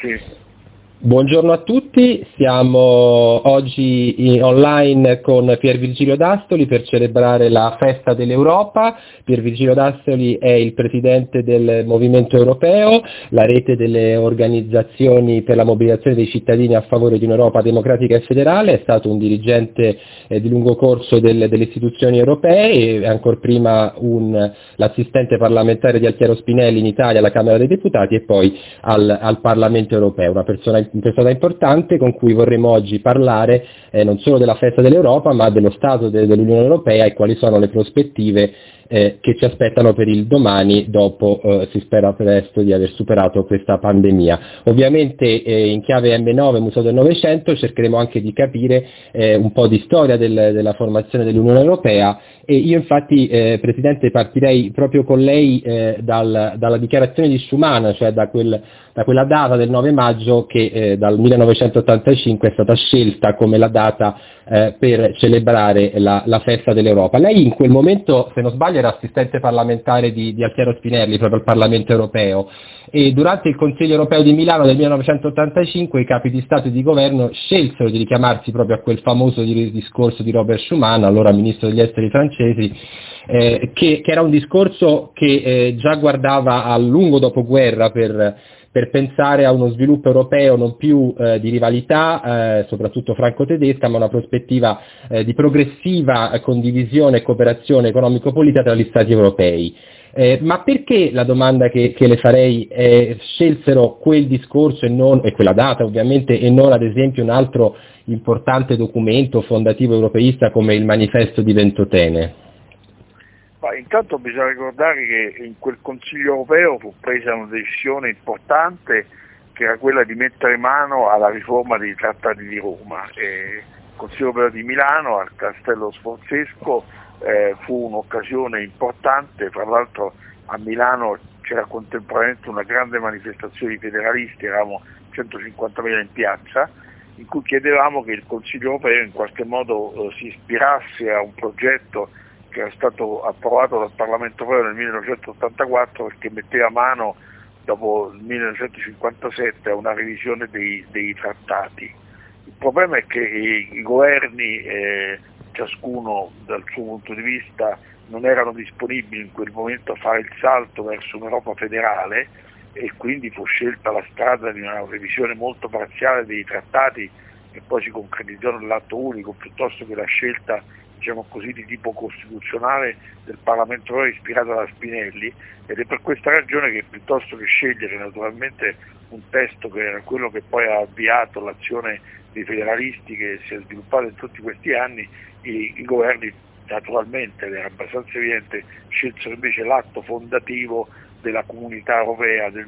Sì. Buongiorno a tutti, siamo oggi online con Pier Virgilio D'Astoli per celebrare la festa dell'Europa. Pier Virgilio D'Astoli è il presidente del Movimento Europeo, la rete delle organizzazioni per la mobilitazione dei cittadini a favore di un'Europa democratica e federale, è stato un dirigente di lungo corso delle istituzioni europee e ancor prima l'assistente parlamentare di Altiero Spinelli in Italia alla Camera dei Deputati e poi al Parlamento Europeo, una persona importante con cui vorremmo oggi parlare non solo della festa dell'Europa ma dello stato dell'Unione Europea e quali sono le prospettive che ci aspettano per il domani dopo si spera presto di aver superato questa pandemia. Ovviamente in chiave M9 Museo del Novecento cercheremo anche di capire un po' di storia della formazione dell'Unione Europea e io infatti Presidente partirei proprio con lei dalla dichiarazione di Schuman, cioè da quella data del 9 maggio che dal 1985 è stata scelta come la data per celebrare la festa dell'Europa. Lei in quel momento, se non sbaglio, era assistente parlamentare di Altiero Spinelli proprio al Parlamento Europeo e durante il Consiglio Europeo di Milano del 1985 i capi di Stato e di Governo scelsero di richiamarsi proprio a quel famoso discorso di Robert Schuman, allora ministro degli esteri francesi, che era un discorso che già guardava a lungo dopoguerra per pensare a uno sviluppo europeo non più di rivalità, soprattutto franco-tedesca, ma una prospettiva di progressiva condivisione e cooperazione economico-politica tra gli Stati europei. Ma perché, la domanda che le farei, scelsero quel discorso e quella data ovviamente e non ad esempio un altro importante documento fondativo europeista come il Manifesto di Ventotene? Ma intanto bisogna ricordare che in quel Consiglio europeo fu presa una decisione importante che era quella di mettere mano alla riforma dei trattati di Roma. Il Consiglio europeo di Milano al Castello Sforzesco fu un'occasione importante, fra l'altro a Milano c'era contemporaneamente una grande manifestazione di federalisti, eravamo 150.000 in piazza, in cui chiedevamo che il Consiglio europeo in qualche modo si ispirasse a un progetto che era stato approvato dal Parlamento europeo nel 1984 perché metteva mano dopo il 1957 a una revisione dei trattati. Il problema è che i governi, ciascuno dal suo punto di vista, non erano disponibili in quel momento a fare il salto verso un'Europa federale e quindi fu scelta la strada di una revisione molto parziale dei trattati che poi si concretizzò nell'atto unico piuttosto che la scelta, diciamo così, di tipo costituzionale del Parlamento europeo ispirato da Spinelli, ed è per questa ragione che piuttosto che scegliere naturalmente un testo che era quello che poi ha avviato l'azione dei federalisti che si è sviluppata in tutti questi anni, i governi naturalmente, ed era abbastanza evidente, scelsero invece l'atto fondativo della Comunità Europea del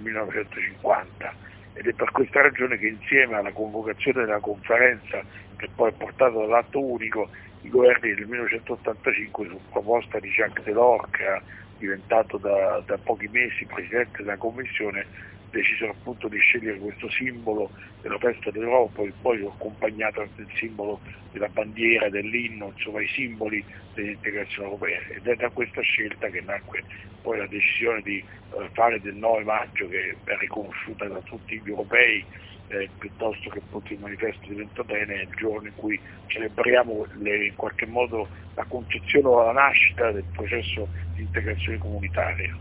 1950. Ed è per questa ragione che insieme alla convocazione della conferenza che poi ha portato dall'atto unico, i governi del 1985 su proposta di Jacques Delors, che era diventato da pochi mesi presidente della Commissione, decisero appunto di scegliere questo simbolo della festa dell'Europa e poi accompagnato del simbolo della bandiera, dell'inno, insomma i simboli dell'integrazione europea. Ed è da questa scelta che nacque poi la decisione di fare del 9 maggio, che è riconosciuta da tutti gli europei, piuttosto che appunto il Manifesto di Ventotene, il giorno in cui celebriamo in qualche modo la concezione o la nascita del processo di integrazione comunitaria.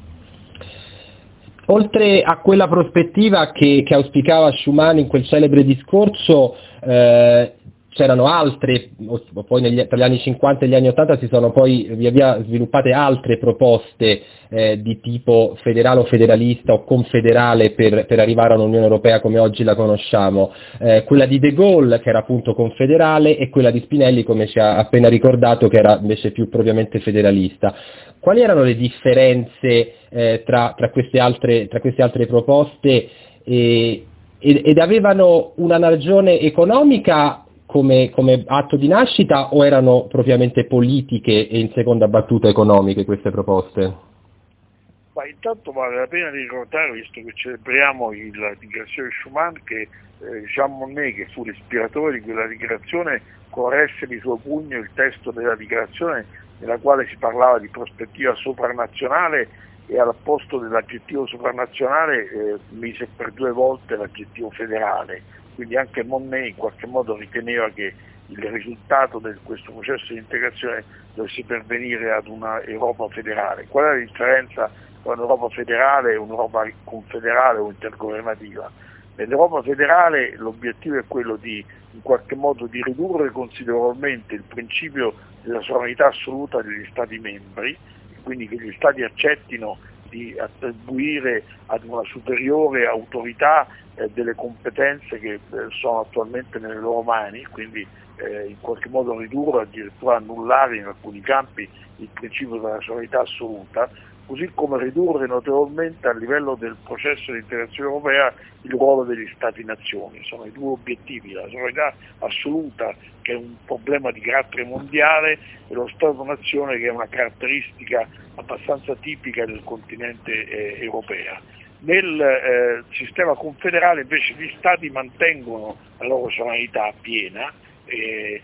Oltre a quella prospettiva che auspicava Schuman in quel celebre discorso, c'erano altre, poi tra gli anni 50 e gli anni 80 si sono poi via via sviluppate altre proposte di tipo federale o federalista o confederale per arrivare a un'Unione Europea come oggi la conosciamo, quella di De Gaulle che era appunto confederale e quella di Spinelli, come ci ha appena ricordato, che era invece più propriamente federalista. Quali erano le differenze tra queste altre proposte ed avevano una ragione economica come atto di nascita o erano propriamente politiche e in seconda battuta economiche queste proposte? Ma intanto vale la pena di ricordare, visto che celebriamo la dichiarazione di Schuman, che Jean Monnet, che fu l'ispiratore di quella dichiarazione, corresse di suo pugno il testo della dichiarazione nella quale si parlava di prospettiva sopranazionale e al posto dell'aggettivo sovranazionale mise per 2 volte l'aggettivo federale, quindi anche Monnet in qualche modo riteneva che il risultato di questo processo di integrazione dovesse pervenire ad una Europa federale. Qual è la differenza tra un'Europa federale e un'Europa confederale o intergovernativa? Nell'Europa federale l'obiettivo è quello di in qualche modo di ridurre considerevolmente il principio della sovranità assoluta degli Stati membri, quindi che gli Stati accettino di attribuire ad una superiore autorità delle competenze che sono attualmente nelle loro mani, quindi in qualche modo ridurre, addirittura annullare in alcuni campi il principio della sovranità assoluta, così come ridurre notevolmente a livello del processo di integrazione europea il ruolo degli Stati-nazioni. Sono i 2 obiettivi, la sovranità assoluta che è un problema di carattere mondiale e lo Stato-nazione che è una caratteristica abbastanza tipica del continente europeo. Nel sistema confederale invece gli Stati mantengono la loro sovranità piena e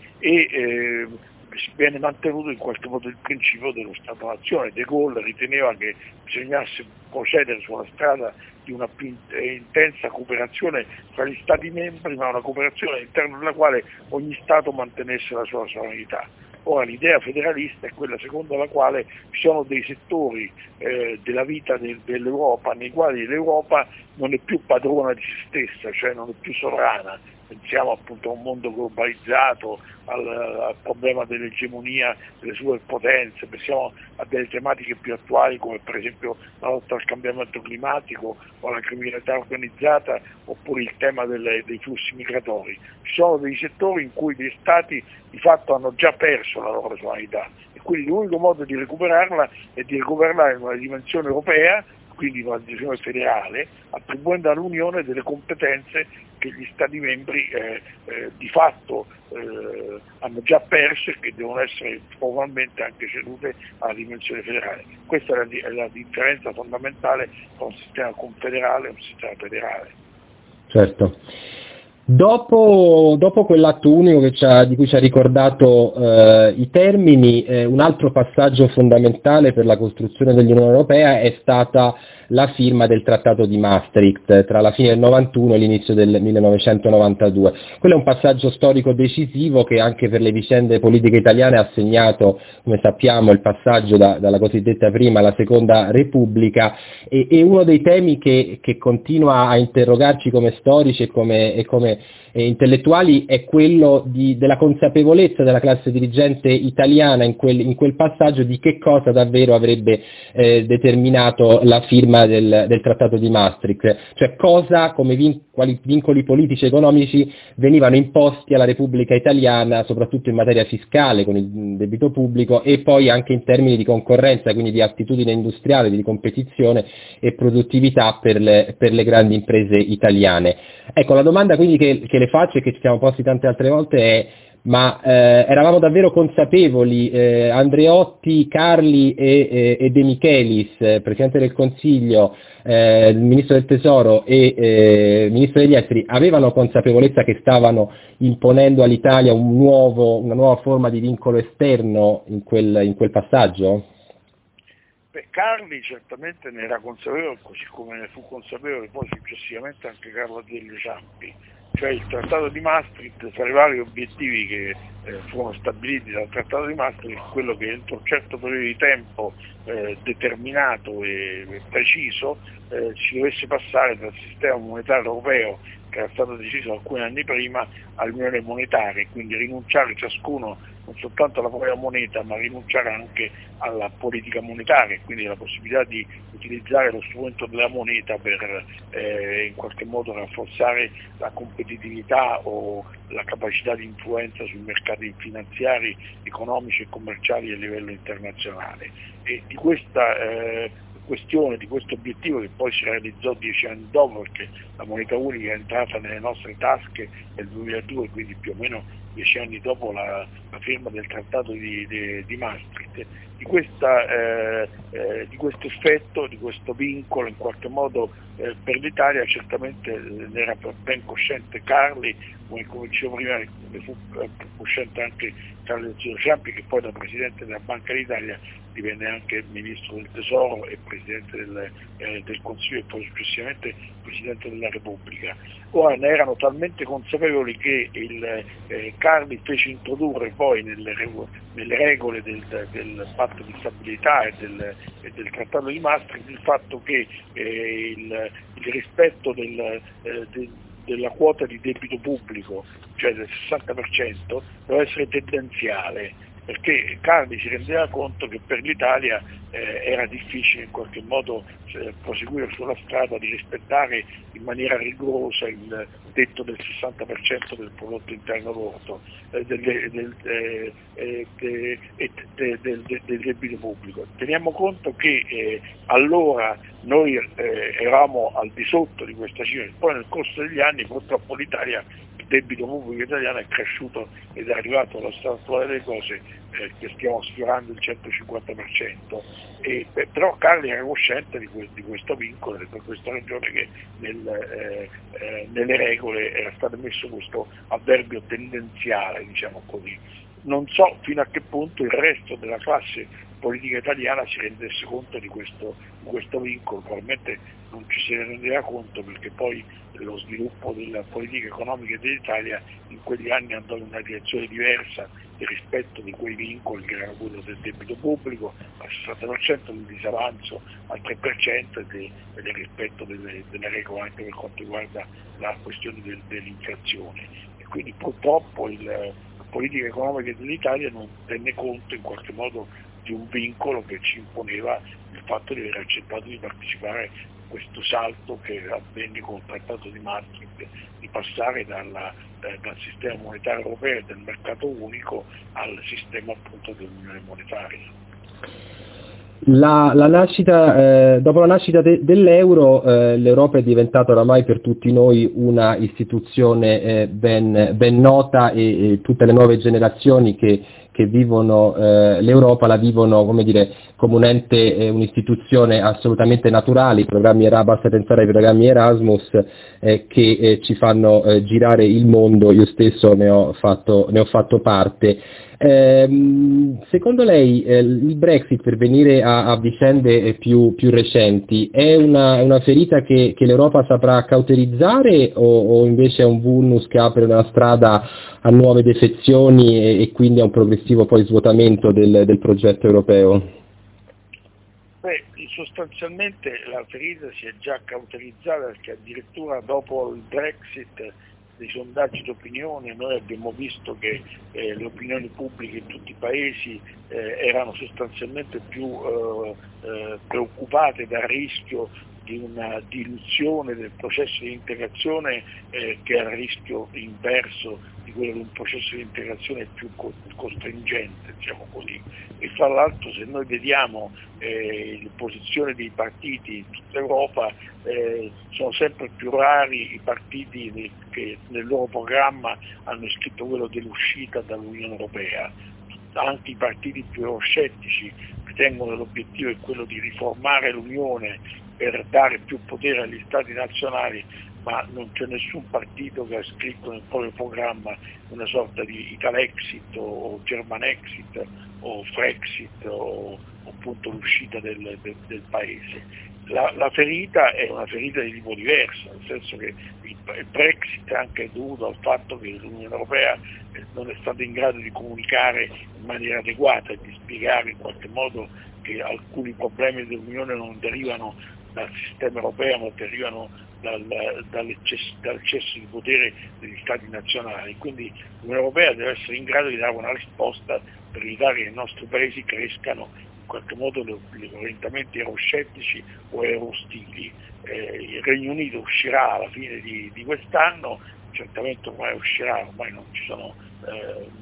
viene mantenuto in qualche modo il principio dello Stato-nazione. De Gaulle riteneva che bisognasse procedere sulla strada di una più intensa cooperazione tra gli Stati membri, ma una cooperazione all'interno della quale ogni Stato mantenesse la sua sovranità. Ora l'idea federalista è quella secondo la quale ci sono dei settori della vita dell'Europa nei quali l'Europa non è più padrona di se stessa, cioè non è più sovrana. Pensiamo appunto a un mondo globalizzato, al problema dell'egemonia delle superpotenze, pensiamo a delle tematiche più attuali come per esempio la lotta al cambiamento climatico o la criminalità organizzata oppure il tema dei flussi migratori. Ci sono dei settori in cui gli Stati di fatto hanno già perso la loro sovranità e quindi l'unico modo di recuperarla è di recuperarla in una dimensione europea, quindi in una dimensione federale, attribuendo all'Unione delle competenze che gli Stati membri di fatto hanno già perso e che devono essere formalmente anche cedute alla dimensione federale. Questa è la differenza fondamentale tra un sistema confederale e un sistema federale. Certo. Dopo quell'atto unico di cui ci ha ricordato i termini, un altro passaggio fondamentale per la costruzione dell'Unione Europea è stata la firma del Trattato di Maastricht tra la fine del 91 e l'inizio del 1992. Quello è un passaggio storico decisivo che anche per le vicende politiche italiane ha segnato, come sappiamo, il passaggio dalla cosiddetta prima alla seconda Repubblica e uno dei temi che continua a interrogarci come storici e come intellettuali è quello della consapevolezza della classe dirigente italiana in quel passaggio di che cosa davvero avrebbe determinato la firma del Trattato di Maastricht, cioè cosa come quali vincoli politici e economici venivano imposti alla Repubblica Italiana, soprattutto in materia fiscale con il debito pubblico e poi anche in termini di concorrenza, quindi di attitudine industriale, di competizione e produttività per le grandi imprese italiane. Ecco, la domanda quindi che le faccio e che ci siamo posti tante altre volte è: ma eravamo davvero consapevoli, Andreotti, Carli e De Michelis, Presidente del Consiglio, il Ministro del Tesoro e Ministro degli Esteri, avevano consapevolezza che stavano imponendo all'Italia una nuova forma di vincolo esterno in quel passaggio? Carli certamente ne era consapevole, così come ne fu consapevole poi successivamente anche Carlo Azeglio Ciampi. Cioè il Trattato di Maastricht, tra i vari obiettivi che furono stabiliti dal Trattato di Maastricht, quello che entro un certo periodo di tempo determinato e preciso si dovesse passare dal sistema monetario europeo, che era stato deciso alcuni anni prima, all'unione monetaria, quindi rinunciare ciascuno non soltanto alla propria moneta, ma rinunciare anche alla politica monetaria, quindi la possibilità di utilizzare lo strumento della moneta per in qualche modo rafforzare la competitività o la capacità di influenza sui mercati finanziari, economici e commerciali a livello internazionale. E di questa questione, di questo obiettivo, che poi si realizzò 10 anni dopo, perché la moneta unica è entrata nelle nostre tasche nel 2002, quindi più o meno 10 anni dopo la firma del trattato di Maastricht, di questo effetto, di questo vincolo in qualche modo per l'Italia. Certamente ne era ben cosciente Carli, come dicevo prima, ne fu cosciente anche Carlo Ciampi, che poi da Presidente della Banca d'Italia divenne anche Ministro del Tesoro e Presidente del Consiglio e poi successivamente Presidente della Repubblica. Ora ne erano talmente consapevoli che Carli fece introdurre poi nelle regole del patto di stabilità e del trattato di Maastricht il fatto che il rispetto della quota di debito pubblico, cioè del 60%, deve essere tendenziale, perché Carli si rendeva conto che per l'Italia era difficile in qualche modo proseguire sulla strada di rispettare in maniera rigorosa il tetto del 60% del prodotto interno lordo del debito pubblico. Teniamo conto che allora noi eravamo al di sotto di questa cifra, poi nel corso degli anni purtroppo l'Italia, il debito pubblico italiano è cresciuto ed è arrivato allo stato attuale delle cose che stiamo sfiorando il 150%, però Carli era cosciente di questo vincolo ed è per questa ragione che nelle regole era stato messo questo avverbio tendenziale, diciamo così. Non so fino a che punto il resto della classe politica italiana si rendesse conto di questo vincolo, probabilmente non ci si rendeva conto, perché poi lo sviluppo della politica economica dell'Italia in quegli anni andò in una direzione diversa rispetto di quei vincoli che erano quello del debito pubblico al 60%, del disavanzo al 3% e del rispetto delle regole anche per quanto riguarda la questione dell'inflazione. E quindi purtroppo la politica economica dell'Italia non tenne conto in qualche modo di un vincolo che ci imponeva il fatto di aver accettato di partecipare a questo salto che avvenne con il trattato di Maastricht, di passare dal sistema monetario europeo e del mercato unico al sistema appunto dell'unione monetaria. Dopo la nascita dell'euro, l'Europa è diventata oramai per tutti noi una istituzione ben nota e tutte le nuove generazioni che vivono l'Europa la vivono, come dire, come un ente, un'istituzione assolutamente naturale. Basta pensare ai programmi Erasmus che ci fanno girare il mondo. Io stesso ne ho fatto parte. Secondo lei il Brexit, per venire a vicende più recenti, è una ferita che l'Europa saprà cauterizzare o invece è un vulnus che apre una strada a nuove defezioni e quindi a un progressivo poi svuotamento del progetto europeo? Sostanzialmente la ferita si è già cauterizzata, perché addirittura dopo il Brexit dei sondaggi d'opinione noi abbiamo visto che le opinioni pubbliche in tutti i paesi erano sostanzialmente più preoccupate dal rischio di una diluzione del processo di integrazione che era il rischio inverso di quello di un processo di integrazione più costringente, diciamo così. E fra l'altro, se noi vediamo le posizioni dei partiti in tutta Europa, sono sempre più rari i partiti che nel loro programma hanno scritto quello dell'uscita dall'Unione Europea. Anche i partiti più euroscettici ritengono che l'obiettivo è quello di riformare l'Unione per dare più potere agli Stati nazionali, ma non c'è nessun partito che ha scritto nel proprio programma una sorta di Italexit o German Exit o Frexit o appunto l'uscita del paese. La ferita è una ferita di tipo diverso, nel senso che il Brexit è anche dovuto al fatto che l'Unione Europea non è stata in grado di comunicare in maniera adeguata e di spiegare in qualche modo che alcuni problemi dell'Unione non derivano dal sistema europeo, ma derivano dall'eccesso di potere degli Stati nazionali. Quindi l'Unione Europea deve essere in grado di dare una risposta per evitare che i nostri paesi crescano in qualche modo gli orientamenti euroscettici o eurostili. Il Regno Unito uscirà alla fine di quest'anno, certamente ormai uscirà, ormai non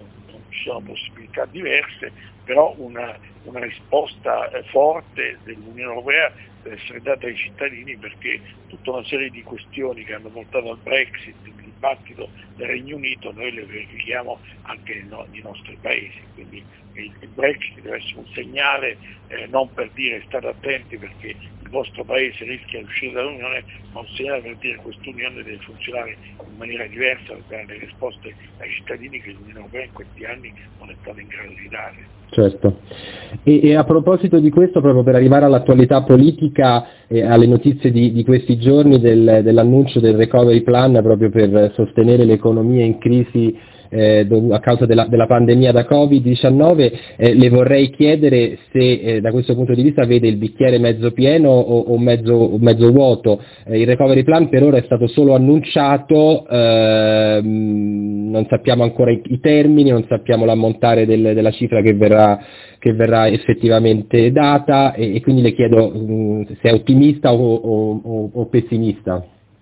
ci sono possibilità diverse, però una risposta forte dell'Unione Europea deve essere data ai cittadini, perché tutta una serie di questioni che hanno portato al Brexit, il dibattito del Regno Unito, noi le verifichiamo anche nei nostri paesi, quindi il Brexit deve essere un segnale, non per dire state attenti perché il vostro paese rischia di uscire dall'Unione, ma un segnale per dire che quest'Unione deve funzionare in maniera diversa, per dare le risposte ai cittadini che l'Unione Europea in questi anni non è stata in grado di dare. Certo. E a proposito di questo, proprio per arrivare all'attualità politica e alle notizie di questi giorni dell'annuncio del recovery plan proprio per sostenere l'economia in crisi a causa della pandemia da Covid-19, le vorrei chiedere se da questo punto di vista vede il bicchiere mezzo pieno o mezzo vuoto. Il recovery plan per ora è stato solo annunciato, non sappiamo ancora i termini, non sappiamo l'ammontare della cifra che verrà effettivamente data, e quindi le chiedo se è ottimista o pessimista.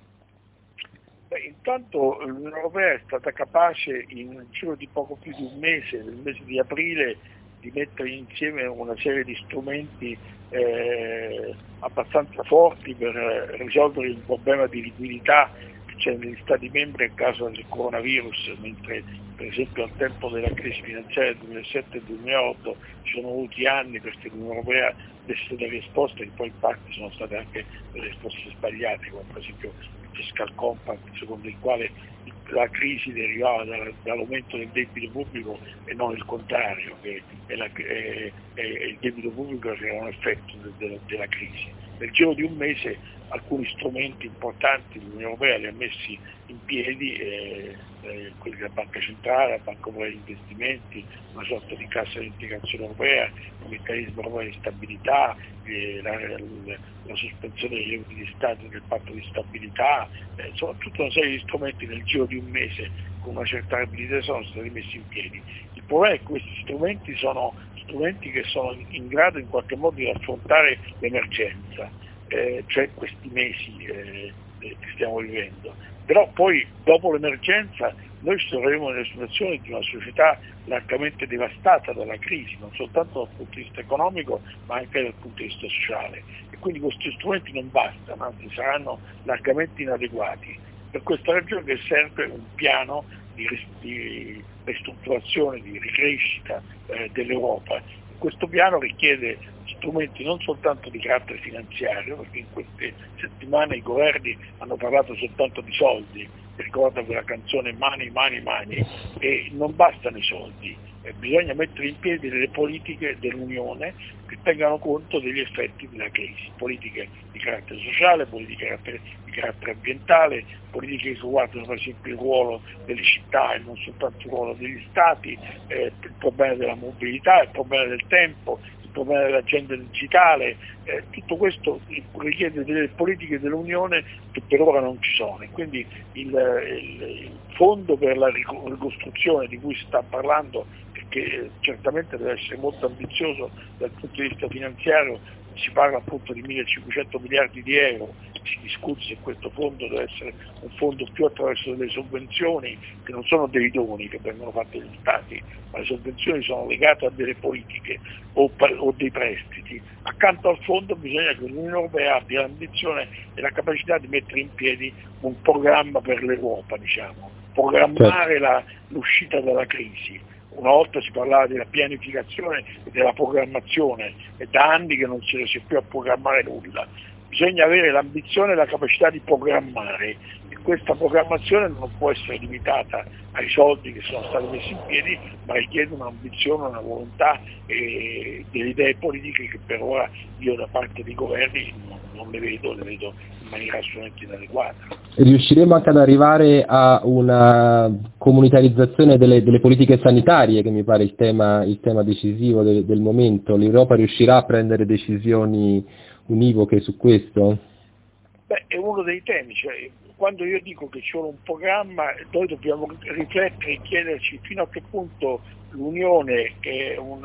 Intanto l'Unione Europea è stata capace in un giro di poco più di un mese, nel mese di aprile, di mettere insieme una serie di strumenti abbastanza forti per risolvere il problema di liquidità che c'è negli Stati membri a causa del coronavirus, mentre per esempio al tempo della crisi finanziaria del 2007 e 2008 ci sono voluti anni perché l'Unione Europea desse delle risposte che poi in parte sono state anche delle risposte sbagliate, come per esempio il fiscal compact, secondo il quale la crisi derivava dall'aumento del debito pubblico e non il contrario, che il debito pubblico era un effetto della crisi. Nel giro di un mese alcuni strumenti importanti l'Unione Europea li ha messi in piedi, quelli della Banca Centrale, la Banca Europea di Investimenti, una sorta di cassa di integrazione europea, il meccanismo europeo di stabilità, la sospensione degli aiuti di Stato del patto di stabilità, insomma tutta una serie di strumenti nel giro di un mese con una certa rapidità sono stati messi in piedi. Il problema è che questi strumenti sono strumenti che sono in grado in qualche modo di affrontare l'emergenza, cioè questi mesi che stiamo vivendo. Però poi dopo l'emergenza noi ci troveremo nelle situazioni di una società largamente devastata dalla crisi, non soltanto dal punto di vista economico ma anche dal punto di vista sociale, e quindi questi strumenti non bastano, anzi saranno largamente inadeguati. Per questa ragione che serve un piano di ristrutturazione, di ricrescita dell'Europa. Questo piano richiede strumenti non soltanto di carattere finanziario, perché in queste settimane i governi hanno parlato soltanto di soldi, ricorda quella canzone Mani, Mani, Mani, e non bastano i soldi, bisogna mettere in piedi delle politiche dell'Unione che tengano conto degli effetti della crisi, politiche di carattere sociale, politiche di carattere ambientale, politiche che riguardano per esempio il ruolo delle città e non soltanto il ruolo degli stati, il problema della mobilità, il problema del tempo, il problema dell'agenda digitale, tutto questo richiede delle politiche dell'Unione che per ora non ci sono, e quindi il fondo per la ricostruzione di cui si sta parlando, che certamente deve essere molto ambizioso dal punto di vista finanziario, si parla appunto di 1.500 miliardi di euro, si discute se questo fondo deve essere un fondo più attraverso delle sovvenzioni che non sono dei doni che vengono fatti dagli Stati, ma le sovvenzioni sono legate a delle politiche o dei prestiti. Accanto al fondo bisogna che l'Unione Europea abbia l'ambizione e la capacità di mettere in piedi un programma per l'Europa, diciamo, programmare l'uscita dalla crisi. Una volta si parlava della pianificazione e della programmazione, e da anni che non si riesce più a programmare nulla. Bisogna avere l'ambizione e la capacità di programmare, e questa programmazione non può essere limitata ai soldi che sono stati messi in piedi, ma richiede un'ambizione, una volontà e delle idee politiche che per ora io da parte dei governi non le vedo in maniera assolutamente inadeguata. Riusciremo anche ad arrivare a una comunitarizzazione delle politiche sanitarie, che mi pare il tema decisivo del momento? L'Europa riuscirà a prendere decisioni univoche su questo? Beh, è uno dei temi, cioè, quando io dico che ci vuole un programma, noi dobbiamo riflettere e chiederci fino a che punto l'Unione è un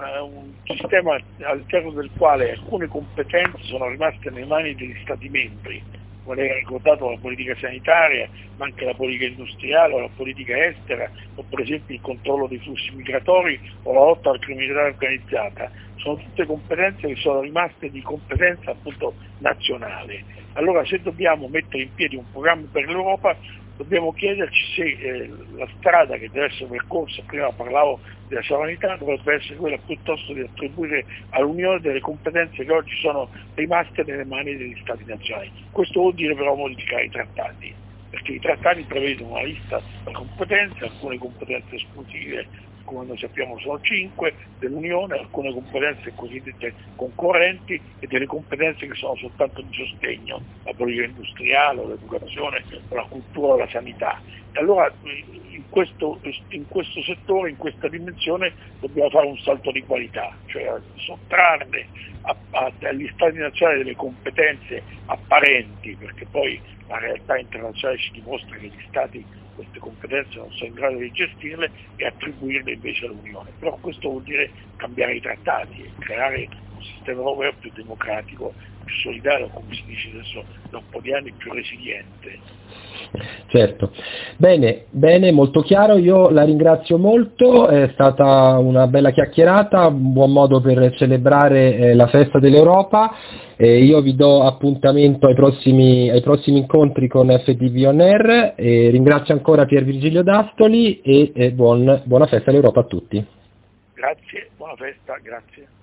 sistema all'interno del quale alcune competenze sono rimaste nelle mani degli Stati membri, come lei ha ricordato, la politica sanitaria, ma anche la politica industriale o la politica estera, o per esempio il controllo dei flussi migratori o la lotta alla criminalità organizzata. Sono tutte competenze che sono rimaste di competenza appunto nazionale. Allora se dobbiamo mettere in piedi un programma per l'Europa, dobbiamo chiederci se la strada che deve essere percorsa, prima parlavo della sovranità, dovrebbe essere quella piuttosto di attribuire all'Unione delle competenze che oggi sono rimaste nelle mani degli Stati nazionali. Questo vuol dire però modificare i trattati, perché i trattati prevedono una lista di competenze, alcune competenze esclusive, come noi sappiamo sono 5 dell'Unione, alcune competenze cosiddette concorrenti e delle competenze che sono soltanto di sostegno, la politica industriale, l'educazione, la cultura, la sanità. E allora in questo settore, in questa dimensione, dobbiamo fare un salto di qualità, cioè sottrarre agli Stati nazionali delle competenze apparenti, perché poi la realtà internazionale ci dimostra che gli Stati queste competenze non sono in grado di gestirle, e attribuirle invece all'Unione. Però questo vuol dire cambiare i trattati e creare un sistema europeo più democratico, più solidario, come si dice adesso da un po' di anni, più resiliente. Certo, bene, molto chiaro, io la ringrazio molto, è stata una bella chiacchierata, un buon modo per celebrare la festa dell'Europa. Io vi do appuntamento ai prossimi incontri con FDV On Air, ringrazio ancora Pier Virgilio Dastoli e buona festa all'Europa a tutti. Grazie, buona festa, grazie.